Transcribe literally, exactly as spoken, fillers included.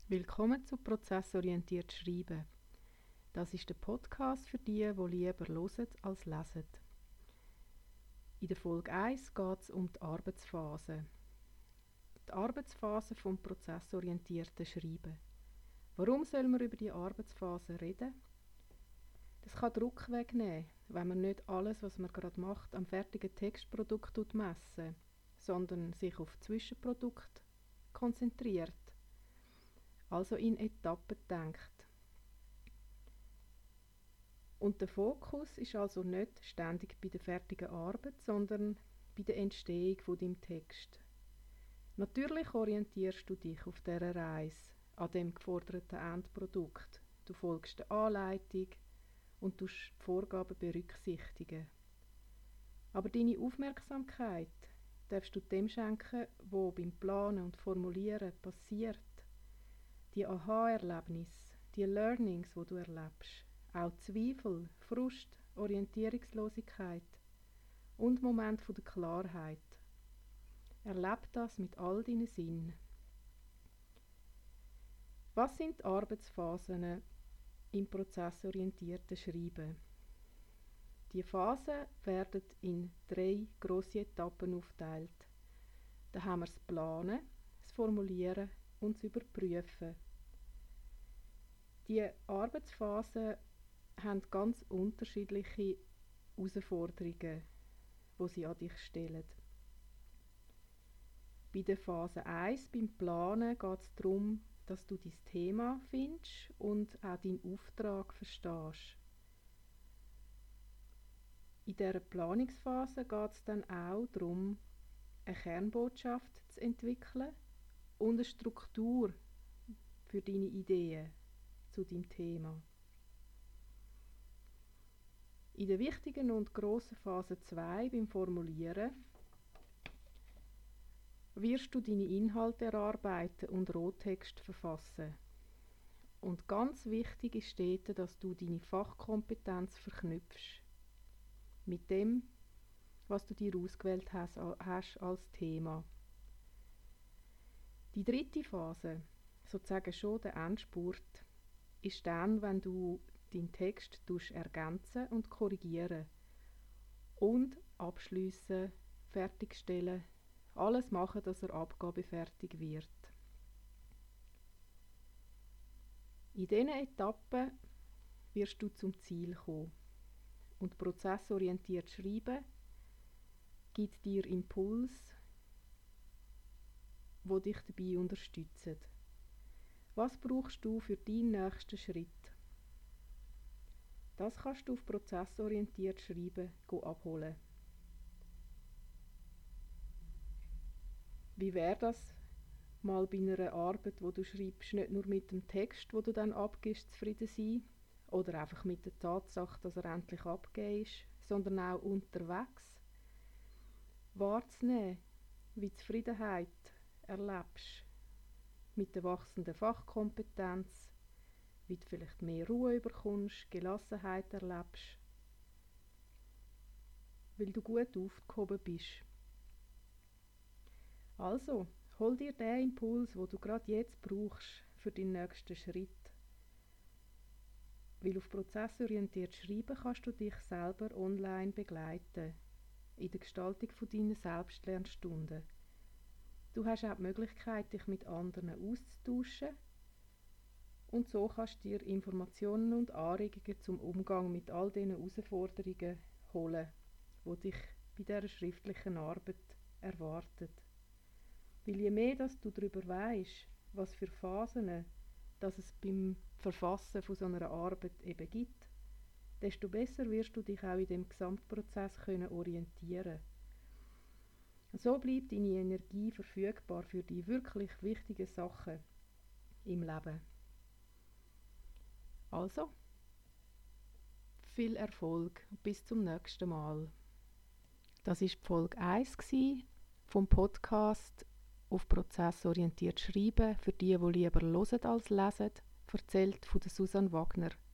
Willkommen zu Prozessorientiert Schreiben. Das ist der Podcast für die, die lieber hören als lesen. In der Folge eins geht es um die Arbeitsphase. Die Arbeitsphase vom prozessorientierten Schreiben. Warum soll man über die Arbeitsphase reden? Das kann Druck wegnehmen, wenn man nicht alles, was man gerade macht, am fertigen Textprodukt messen, sondern sich auf Zwischenprodukte konzentriert. Also in Etappen denkt. Und der Fokus ist also nicht ständig bei der fertigen Arbeit, sondern bei der Entstehung von deinem Text. Natürlich orientierst du dich auf dieser Reise an dem geforderten Endprodukt. Du folgst der Anleitung und du die Vorgaben berücksichtigen. Aber deine Aufmerksamkeit darfst du dem schenken, was beim Planen und Formulieren passiert. Die Aha-Erlebnisse, die Learnings, die du erlebst, auch Zweifel, Frust, Orientierungslosigkeit und Momente der Klarheit. Erlebe das mit all deinen Sinnen. Was sind die Arbeitsphasen im prozessorientierten Schreiben? Die Phasen werden in drei grosse Etappen aufgeteilt. Da haben wir das Planen, das Formulieren und das Überprüfen. Die Arbeitsphasen haben ganz unterschiedliche Herausforderungen, die sie an dich stellen. Bei der Phase eins, beim Planen, geht es darum, dass du dein Thema findest und auch deinen Auftrag verstehst. In dieser Planungsphase geht es dann auch darum, eine Kernbotschaft zu entwickeln und eine Struktur für deine Ideen zu deinem Thema. In der wichtigen und grossen Phase zwei, beim Formulieren, wirst du deine Inhalte erarbeiten und Rohtext verfassen. Und ganz wichtig ist dort, dass du deine Fachkompetenz verknüpfst mit dem, was du dir ausgewählt hast, hast als Thema. Die dritte Phase, sozusagen schon der Endspurt, ist dann, wenn du deinen Text ergänzen und korrigieren und abschliessen, fertigstellen, alles machen, dass er abgabefertig wird. In diesen Etappen wirst du zum Ziel kommen. Und prozessorientiert Schreiben gibt dir Impuls, die dich dabei unterstützen. Was brauchst du für deinen nächsten Schritt? Das kannst du auf prozessorientiert Schreiben abholen. Wie wäre das mal bei einer Arbeit, wo du schreibst, nicht nur mit dem Text, wo du dann abgibst, zufrieden sein, oder einfach mit der Tatsache, dass er endlich abgegeben ist, sondern auch unterwegs wahrzunehmen, wie Zufriedenheit erlebst mit der wachsenden Fachkompetenz, wie du vielleicht mehr Ruhe bekommst, Gelassenheit erlebst, weil du gut aufgehoben bist. Also, hol dir den Impuls, den du gerade jetzt brauchst für deinen nächsten Schritt. Weil auf prozessorientiert Schreiben kannst du dich selber online begleiten, in der Gestaltung von deiner Selbstlernstunden. Du hast auch die Möglichkeit, dich mit anderen auszutauschen und so kannst du dir Informationen und Anregungen zum Umgang mit all diesen Herausforderungen holen, die dich bei dieser schriftlichen Arbeit erwarten. Weil je mehr dass du darüber weisst, was für Phasen dass es beim Verfassen von so einer Arbeit eben gibt, desto besser wirst du dich auch in dem Gesamtprozess können orientieren. So bleibt deine Energie verfügbar für die wirklich wichtigen Sachen im Leben. Also, viel Erfolg, bis zum nächsten Mal. Das war Folge eins vom Podcast auf prozessorientiert Schreiben für die, die lieber hören als lesen, erzählt von der Susanne Wagner.